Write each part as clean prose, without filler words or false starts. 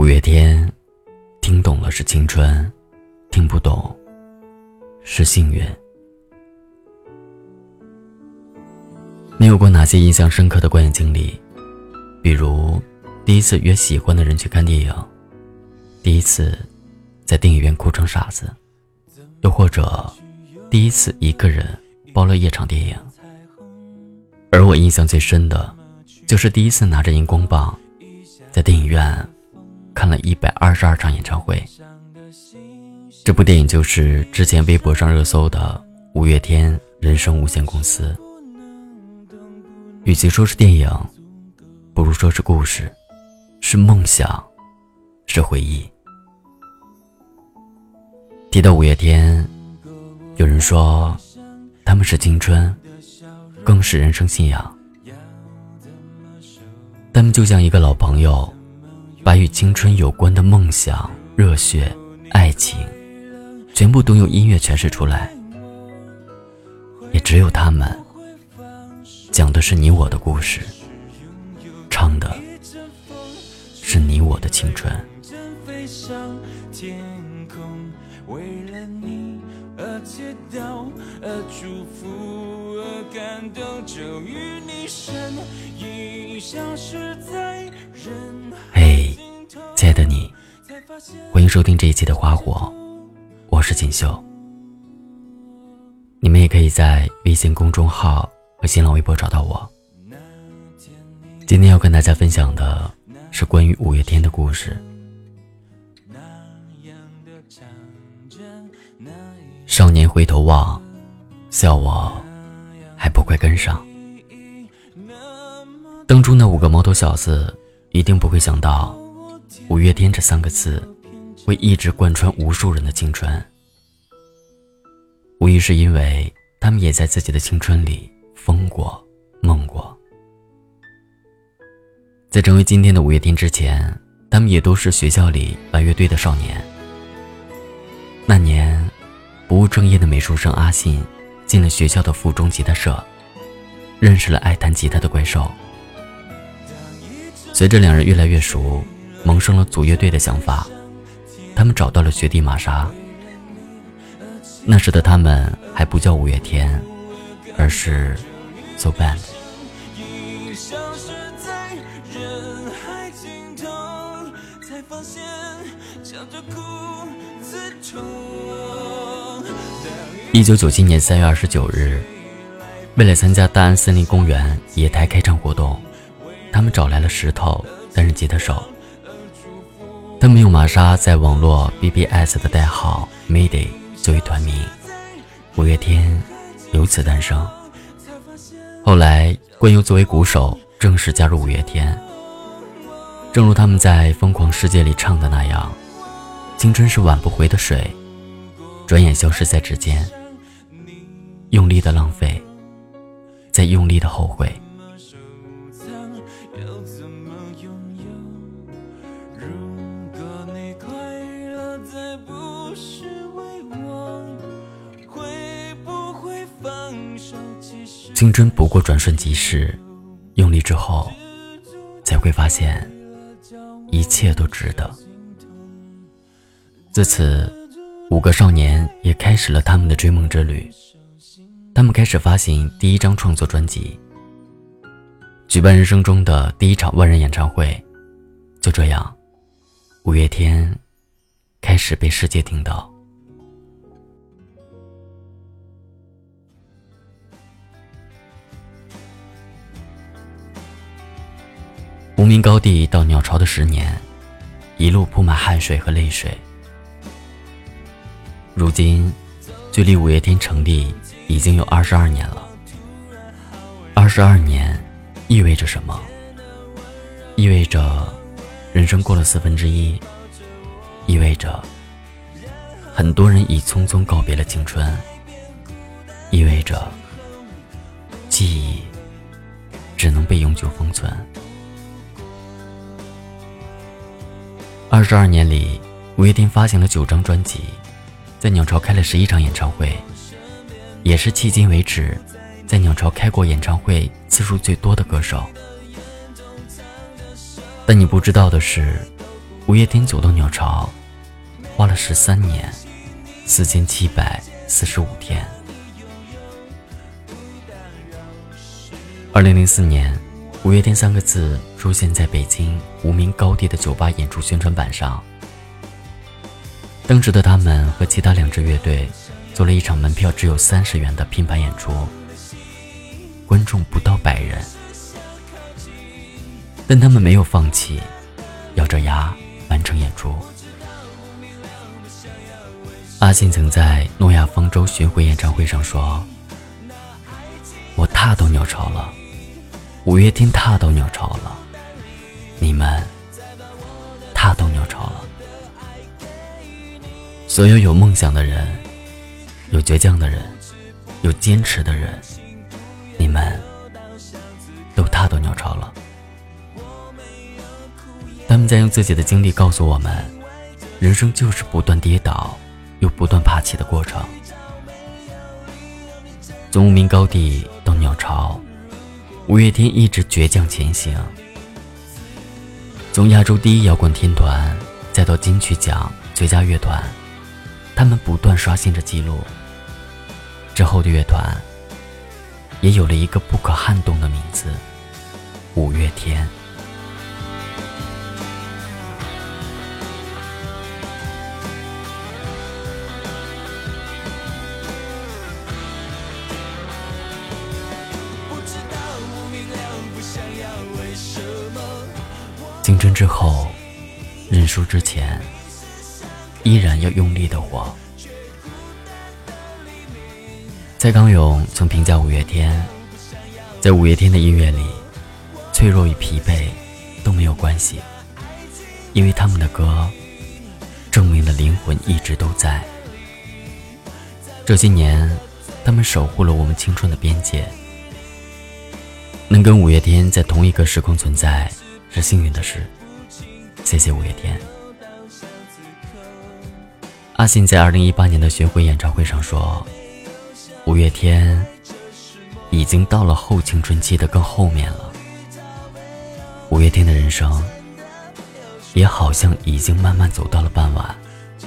五月天，听懂了是青春，听不懂是幸运。你有过哪些印象深刻的观影经历？比如第一次约喜欢的人去看电影，第一次在电影院哭成傻子，又或者第一次一个人包了夜场电影。而我印象最深的就是第一次拿着荧光棒在电影院看了122场演唱会。这部电影就是之前微博上热搜的五月天人生无限公司。与其说是电影，不如说是故事，是梦想，是回忆。提到五月天，有人说他们是青春，更是人生信仰。他们就像一个老朋友，把与青春有关的梦想、热血、爱情全部都用音乐诠释出来。也只有他们讲的是你我的故事，唱的是你我的青春。 飞上天空，为了你而祈祷，而祝福，而感动，就与你身影消失在人海尽头。 亲爱的你，欢迎收听这一期的花火，我是锦绣。你们也可以在微信公众号和新浪微博找到我。今天要跟大家分享的是关于五月天的故事。少年回头望，笑我还不快跟上。当初那5个毛头小子一定不会想到，五月天这3个字会一直贯穿无数人的青春。无疑是因为他们也在自己的青春里疯过、梦过。在成为今天的五月天之前，他们也都是学校里玩乐队的少年。那年，不务正业的美术生阿信进了学校的附中吉他社，认识了爱弹吉他的怪兽。随着2人越来越熟，萌生了组乐队的想法。他们找到了学弟玛莎。那时的他们还不叫五月天，而是 So Band。1997年3月29日，为了参加大安森林公园野台开唱活动，他们找来了石头担任吉他手。他们用玛莎在网络 BBS 的代号 Mayday 作为团名，五月天由此诞生。后来冠佑作为鼓手正式加入五月天。正如他们在《疯狂世界》里唱的那样，青春是挽不回的水，转眼消失在指尖，用力的浪费，再用力的后悔。青春不过转瞬即逝，用力之后才会发现一切都值得。自此5个少年也开始了他们的追梦之旅。他们开始发行第一张创作专辑，举办人生中的第一场万人演唱会。就这样，五月天开始被世界听到。无名高地到鸟巢的10年，一路铺满汗水和泪水。如今距离五月天成立已经有22年了。22年意味着什么？意味着人生过了1/4，意味着很多人已匆匆告别了青春，意味着记忆只能被永久封存。22年里，五月天发行了9张专辑，在鸟巢开了11场演唱会，也是迄今为止在鸟巢开过演唱会次数最多的歌手。但你不知道的是， 五月天走到鸟巢花了13年4745天。2004年，五月天3个字出现在北京无名高地的酒吧演出宣传板上。当时的他们和其他2支乐队做了一场门票只有30元的拼盘演出，观众不到100人，但他们没有放弃，咬着牙完成演出。阿信曾在诺亚方舟巡回演唱会上说，我踏到鸟巢了，五月天踏到鸟巢了，你们踏到鸟巢了。所有有梦想的人，有倔强的人，有坚持的人，你们都踏到鸟巢了。他们在用自己的经历告诉我们，人生就是不断跌倒又不断爬起的过程。从无名高地到鸟巢，五月天一直倔强前行。从亚洲第一摇滚天团再到金曲奖最佳乐团，他们不断刷新着记录。之后的乐团也有了一个不可撼动的名字——五月天。青春之后，认输之前，依然要用力的活。蔡康永曾评价五月天，在五月天的音乐里，脆弱与疲惫都没有关系，因为他们的歌证明了灵魂一直都在。这些年，他们守护了我们青春的边界。能跟五月天在同一个时空存在是幸运的事，谢谢五月天。阿信在2018年的巡回演唱会上说，五月天已经到了后青春期的更后面了。五月天的人生也好像已经慢慢走到了傍晚。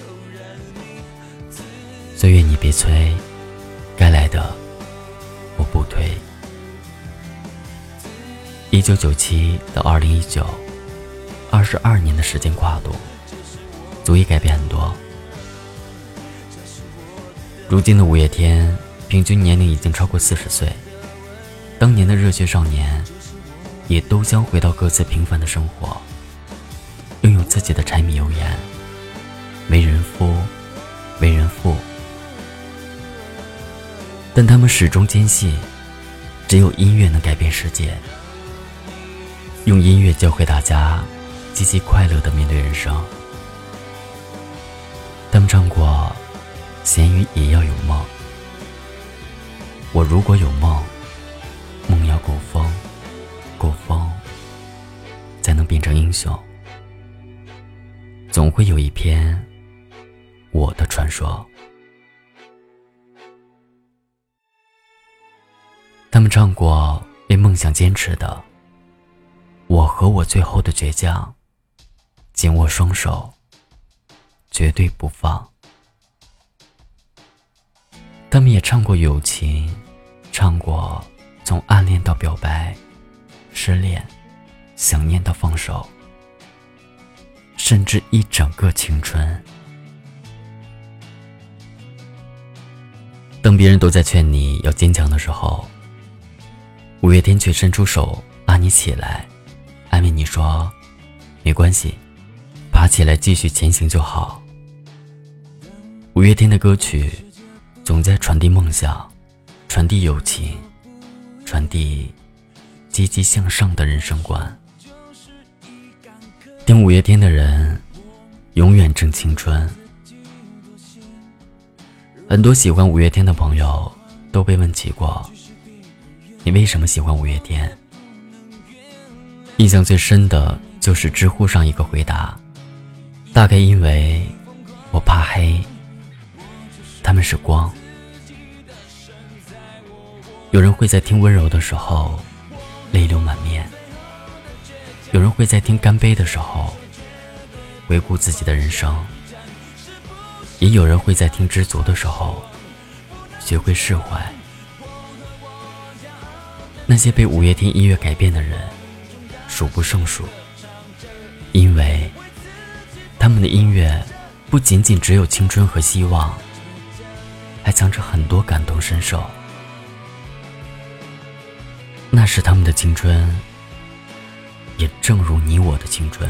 岁月你别催，该来的我不推。1997到2019 22年的时间跨度，足以改变很多。如今的五月天平均年龄已经超过40岁，当年的热血少年也都将回到各自平凡的生活，拥有自己的柴米油盐，为人夫，为人父。但他们始终坚信，只有音乐能改变世界，用音乐教会大家积极快乐地面对人生。他们唱过咸鱼也要有梦，我如果有梦，梦要够疯，够疯才能变成英雄，总会有一篇我的传说。他们唱过为梦想坚持的，我和我最后的倔强，紧握双手，绝对不放。他们也唱过友情，唱过从暗恋到表白，失恋，想念到放手，甚至一整个青春。当别人都在劝你要坚强的时候，五月天却伸出手拉你起来，安慰你说没关系，爬起来继续前行就好。五月天的歌曲总在传递梦想，传递友情，传递积极向上的人生观。听五月天的人永远正青春。很多喜欢五月天的朋友都被问起过，你为什么喜欢五月天？印象最深的就是知乎上一个回答，大概因为我怕黑，他们是光。有人会在听温柔的时候泪流满面，有人会在听干杯的时候回顾自己的人生，也有人会在听知足的时候学会释怀。那些被五月天音乐改变的人数不胜数，因为他们的音乐不仅仅只有青春和希望，还藏着很多感同身受。那是他们的青春，也正如你我的青春。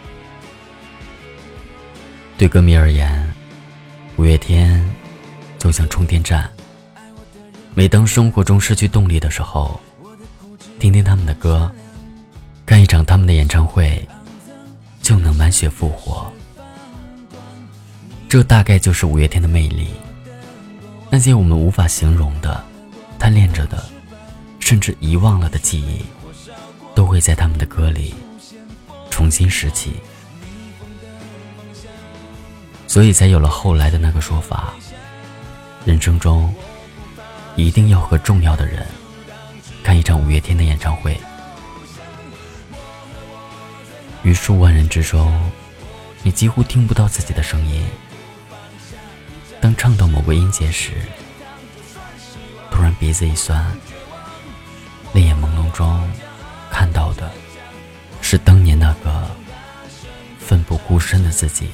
对歌迷而言，五月天就像充电站，每当生活中失去动力的时候，听听他们的歌，看一场他们的演唱会，就能满血复活。这大概就是五月天的魅力。那些我们无法形容的、贪恋着的，甚至遗忘了的记忆，都会在他们的歌里重新拾起。所以才有了后来的那个说法，人生中一定要和重要的人看一场五月天的演唱会。于数万人之中，你几乎听不到自己的声音。当唱到某个音节时，突然鼻子一酸，泪眼朦胧中看到的是当年那个奋不顾身的自己。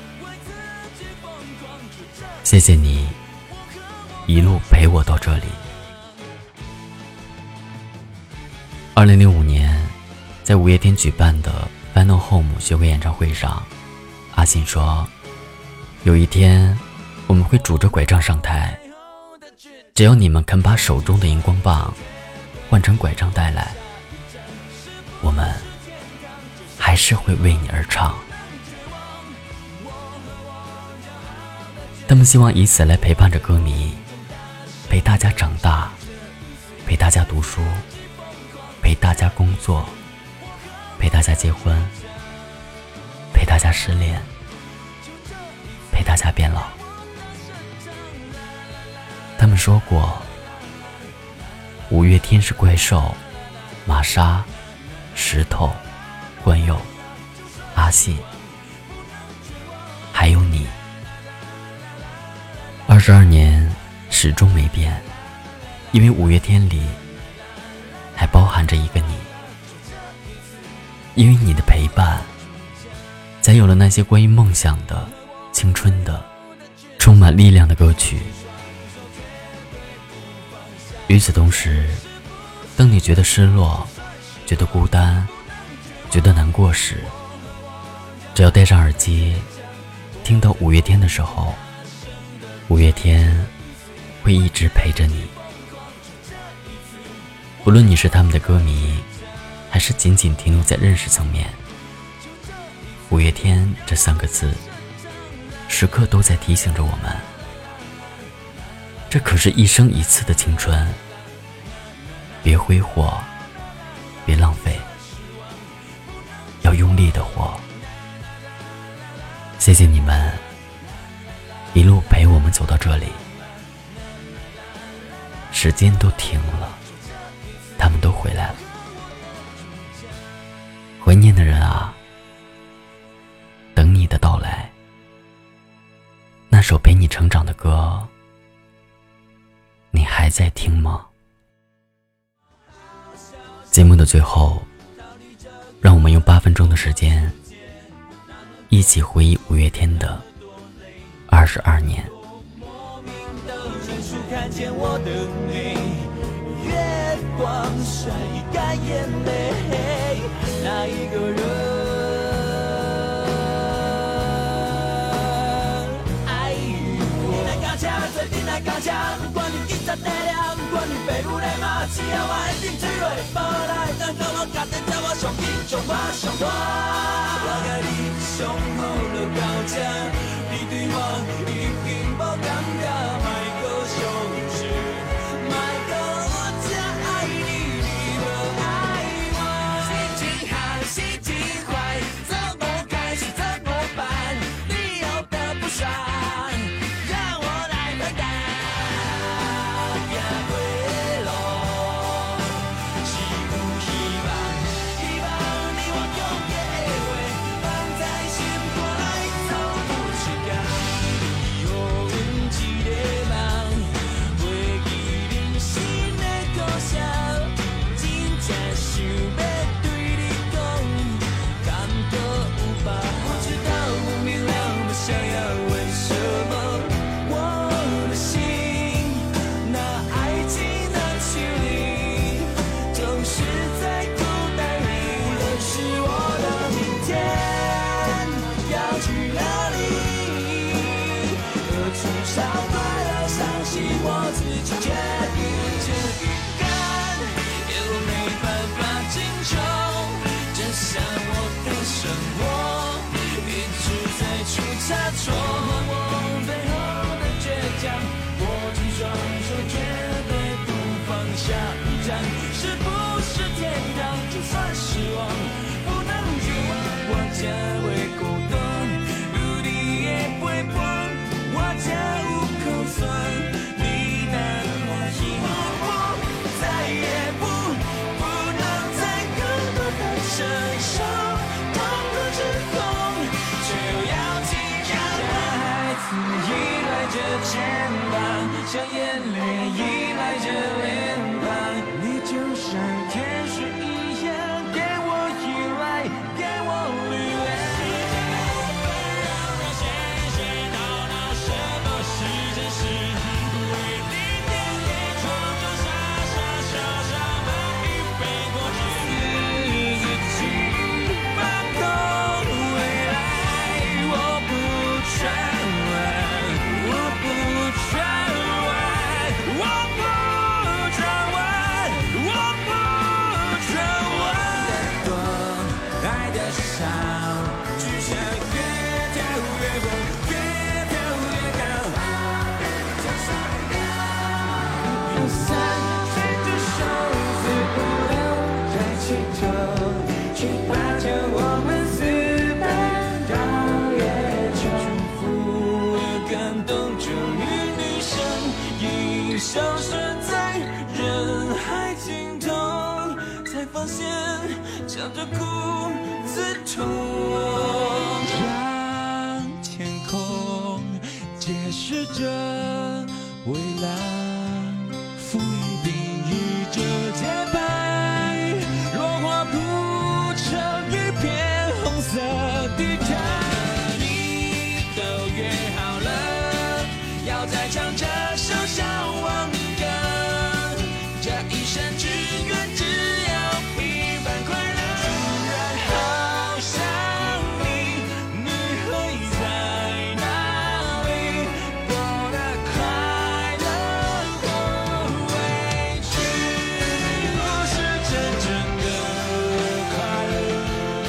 谢谢你一路陪我到这里。2005年，在五月天举办的 Final Home 巡回演唱会上，阿信说，有一天我们会拄着拐杖上台，只要你们肯把手中的荧光棒换成拐杖带来，我们还是会为你而唱。他们希望以此来陪伴着歌迷，陪大家长大，陪大家读书，陪大家工作，陪大家结婚，陪大家失恋，陪大家变老。他们说过，五月天是怪兽、玛莎、石头、冠佑、阿信，还有你。22年始终没变，因为五月天里还包含着一个你。因为你的陪伴，才有了那些关于梦想的、青春的、充满力量的歌曲。与此同时，当你觉得失落、觉得孤单、觉得难过时，只要戴上耳机，听到五月天的时候，五月天会一直陪着你。无论你是他们的歌迷，还是仅仅停留在认识层面，五月天这3个字时刻都在提醒着我们，这可是一生一次的青春，别挥霍，别浪费，要用力的活。谢谢你们一路陪我们走到这里，时间都停了，他们都回来了。怀念的人啊，等你的到来。那首陪你成长的歌，你还在听吗？节目的最后，让我们用8分钟的时间，一起回忆五月天的22年。 莫名的认输，看见我的美，月光晒干眼泪，那一个人爱我。你来加车，做你来加车，不管你警察在了，不管你父母来骂，只要我一定追落，无来等到我家己在我上紧张，我上我。我甲你上好就到这，你对我已经无感觉，莫搁相思，莫搁有这爱你，你无爱我。心情好，心情坏，怎么开始怎么办？你有的不爽，让我来分担。行过的路是有希望，希望你我永远的话放在心肝。 才会孤单。有你的陪伴，我才有口酸。你若欢喜，我再也不能再更多的承受痛苦之痛，却又要紧张。孩子依赖着肩膀，像眼泪依赖着脸庞，你就像天使一样，给我依赖，给我力量。闲闲闹闹，什么是真实？为你点点闯闯，傻傻笑笑，买一杯果汁，自己把控未来。我不转弯，我不转弯，我不转弯，我不转弯。的多，爱的少，只想越跳越高，越跳越高。有伞，牵着手，死不了，抬起头，去把酒我们私奔到月球。祝福和感动，终于女生已消失在人海尽头，才发现笑着哭自痛。让天空解释着未来。风雨定义着节拍，落花铺成一片红色地毯。你都约好了，要再唱这首向往歌，这一生只愿只要平凡快乐。突然好想你，你会在哪里？过得快乐或委屈，不是真正的快乐。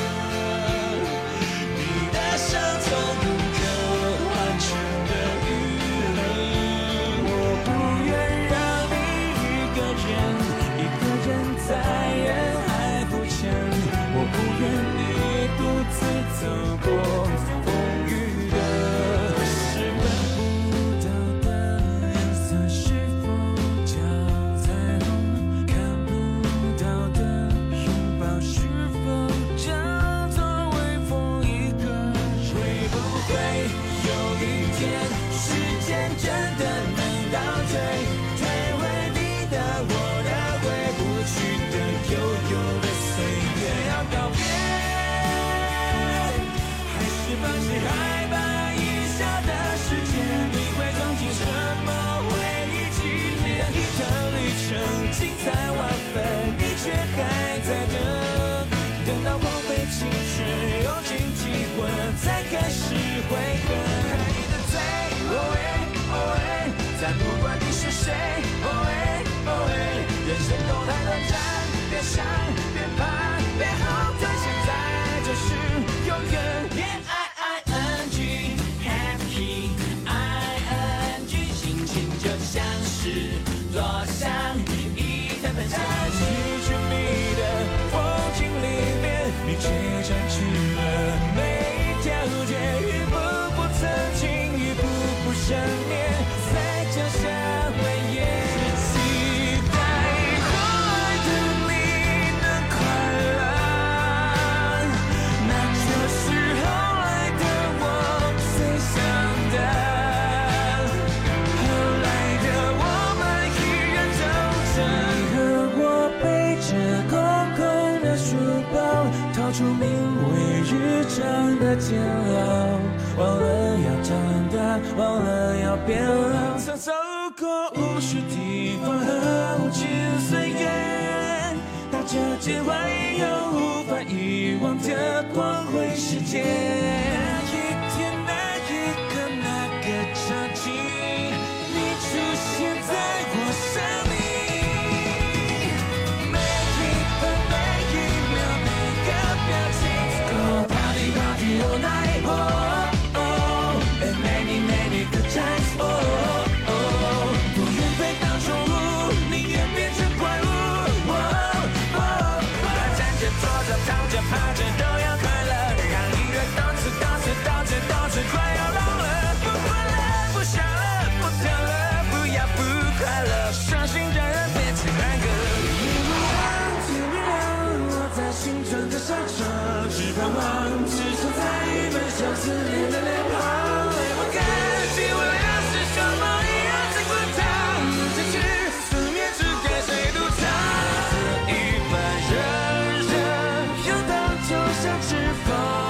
你的伤痛不可完全的愈合，我不愿让你一个人在人海浮沉，我不愿你独自走过风雨的时分。不到的颜色是否叫彩虹？看不到的拥抱是否叫做微风一个？会不会有一天，时间真的能倒退，退回你的我的，回不去的悠悠的岁月？要告别，还是放弃害怕一下的时间？你会装进什么回忆纪念？你的旅程精彩万分，你却还在等，等到荒废青春，用尽体温，才开始悔恨。看你的嘴，哦喂哦喂，再不管你是谁，哦喂哦喂，人生都太短暂，别想别怕别后退，现在就是永远。Happy ing， 心情就像是落上一滩粉尘，失去你的风景里面，你却占据了每一条街，一步步曾经，一步步想念，在脚下蔓延。期待后来的你能快乐，那就是后来的我最想的。后来的我们依然走着，你和我背着空空的书包，逃出名为日常的煎熬，忘了要长大，忘了要变老，曾走过无数地方和无尽岁月，打着结怀又无法遗忘的光辉世界。那一天，那一刻，那个场景，你出现在我生命。每一分每一秒每个表情 Go party party all night oh oh And many good times oh oh 不愿被当宠物，宁愿变成怪物 oh oh 站着坐着躺着趴着都要快乐，让一忙，只剩在一本相思恋的脸庞。我感激我俩是双胞一样在滚烫，这去思念只该谁独藏。这一般人人游荡就像翅膀。